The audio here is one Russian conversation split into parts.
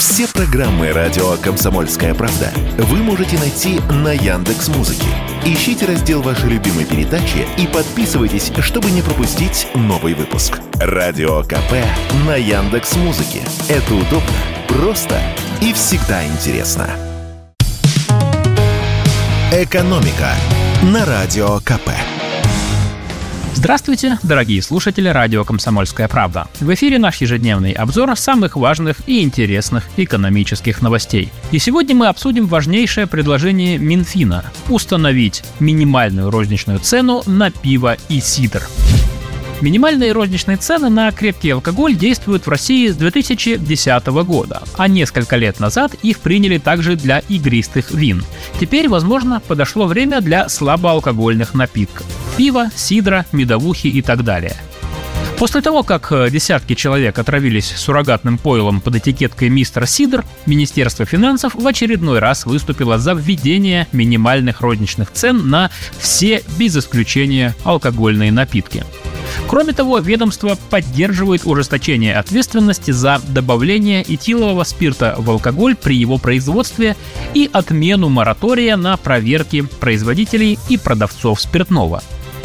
Все программы радио «Комсомольская правда» вы можете найти на Яндекс.Музыке. Ищите раздел вашей любимой передачи и подписывайтесь, чтобы не пропустить новый выпуск. Радио КП на Яндекс.Музыке. Это удобно, просто и всегда интересно. «Экономика» на Радио КП. Здравствуйте, дорогие слушатели радио «Комсомольская правда». В эфире наш ежедневный обзор самых важных и интересных экономических новостей. И сегодня мы обсудим важнейшее предложение Минфина – установить минимальную розничную цену на пиво и сидр. Минимальные розничные цены на крепкий алкоголь действуют в России с 2010 года, а несколько лет назад их приняли также для игристых вин. Теперь, возможно, подошло время для слабоалкогольных напитков – пива, сидра, медовухи и так далее. После того, как десятки человек отравились суррогатным пойлом под этикеткой «Мистер Сидр», Министерство финансов в очередной раз выступило за введение минимальных розничных цен на все, без исключения, алкогольные напитки. Кроме того, ведомство поддерживает ужесточение ответственности за добавление этилового спирта в алкоголь при его производстве и отмену моратория на проверки производителей и продавцов спиртного.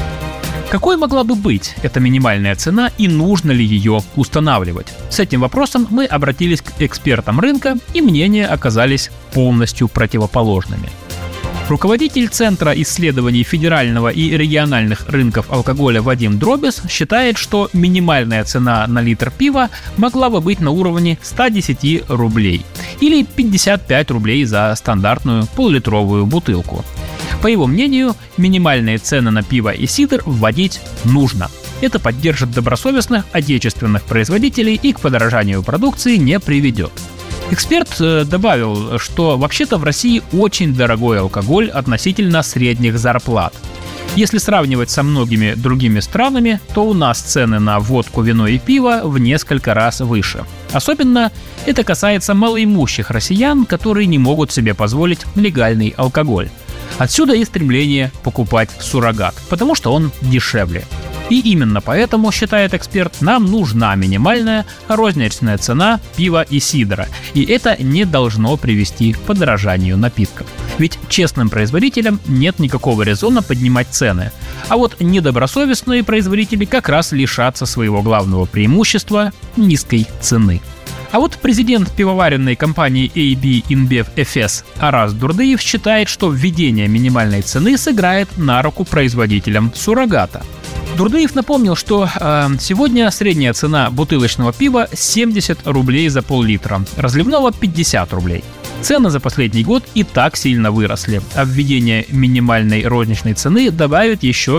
Какой могла бы быть эта минимальная цена и нужно ли ее устанавливать? С этим вопросом мы обратились к экспертам рынка, и мнения оказались полностью противоположными. Руководитель Центра исследований федерального и региональных рынков алкоголя Вадим Дробис считает, что минимальная цена на литр пива могла бы быть на уровне 110 рублей или 55 рублей за стандартную полулитровую бутылку. По его мнению, минимальные цены на пиво и сидр вводить нужно. Это поддержит добросовестных отечественных производителей и к подорожанию продукции не приведет. Эксперт добавил, что вообще-то в России очень дорогой алкоголь относительно средних зарплат. Если сравнивать со многими другими странами, то у нас цены на водку, вино и пиво в несколько раз выше. Особенно это касается малоимущих россиян, которые не могут себе позволить легальный алкоголь. Отсюда и стремление покупать суррогат, потому что он дешевле. И именно поэтому, считает эксперт, нам нужна минимальная розничная цена пива и сидра. И это не должно привести к подорожанию напитков. Ведь честным производителям нет никакого резона поднимать цены. А вот недобросовестные производители как раз лишатся своего главного преимущества – низкой цены. А вот президент пивоваренной компании AB InBev FS Араз Дурдыев считает, что введение минимальной цены сыграет на руку производителям суррогата. Дурдыев напомнил, что сегодня средняя цена бутылочного пива 70 рублей за пол-литра, разливного 50 рублей. Цены за последний год и так сильно выросли, а введение минимальной розничной цены добавит еще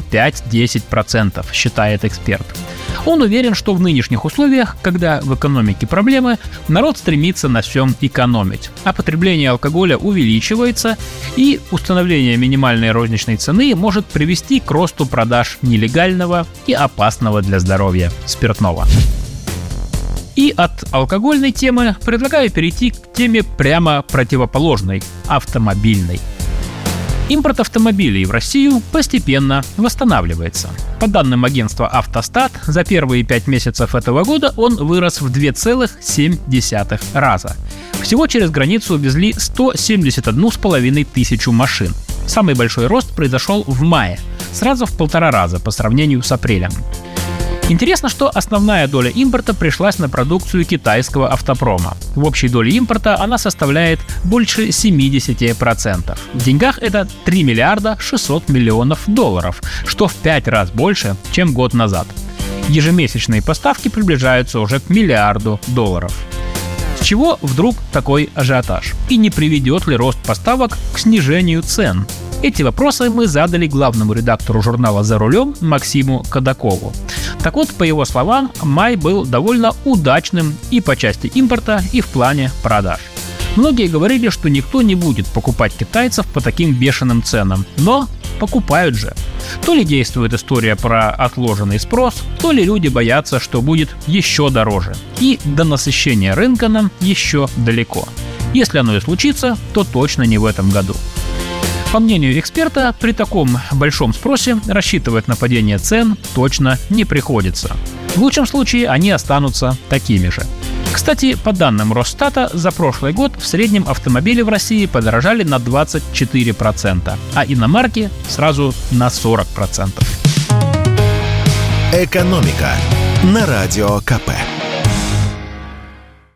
5-10%, считает эксперт. Он уверен, что в нынешних условиях, когда в экономике проблемы, народ стремится на всем экономить, а потребление алкоголя увеличивается, и установление минимальной розничной цены может привести к росту продаж нелегального и опасного для здоровья спиртного. И от алкогольной темы предлагаю перейти к теме прямо противоположной – автомобильной. Импорт автомобилей в Россию постепенно восстанавливается. По данным агентства «Автостат», за первые 5 месяцев этого года он вырос в 2,7 раза. Всего через границу увезли 171,5 тысячу машин. Самый большой рост произошел в мае, сразу в 1,5 раза по сравнению с апрелем. Интересно, что основная доля импорта пришлась на продукцию китайского автопрома. В общей доле импорта она составляет больше 70%. В деньгах это 3 миллиарда 600 миллионов долларов, что в 5 раз больше, чем год назад. Ежемесячные поставки приближаются уже к миллиарду долларов. С чего вдруг такой ажиотаж? И не приведет ли рост поставок к снижению цен? Эти вопросы мы задали главному редактору журнала «За рулем» Максиму Кадакову. Так вот, по его словам, май был довольно удачным и по части импорта, и в плане продаж. Многие говорили, что никто не будет покупать китайцев по таким бешеным ценам, но покупают же. То ли действует история про отложенный спрос, то ли люди боятся, что будет еще дороже. И до насыщения рынка нам еще далеко. Если оно и случится, то точно не в этом году. По мнению эксперта, при таком большом спросе рассчитывать на падение цен точно не приходится. В лучшем случае они останутся такими же. Кстати, по данным Росстата, за прошлый год в среднем автомобили в России подорожали на 24%, а иномарки сразу на 40%. «Экономика» на Радио КП.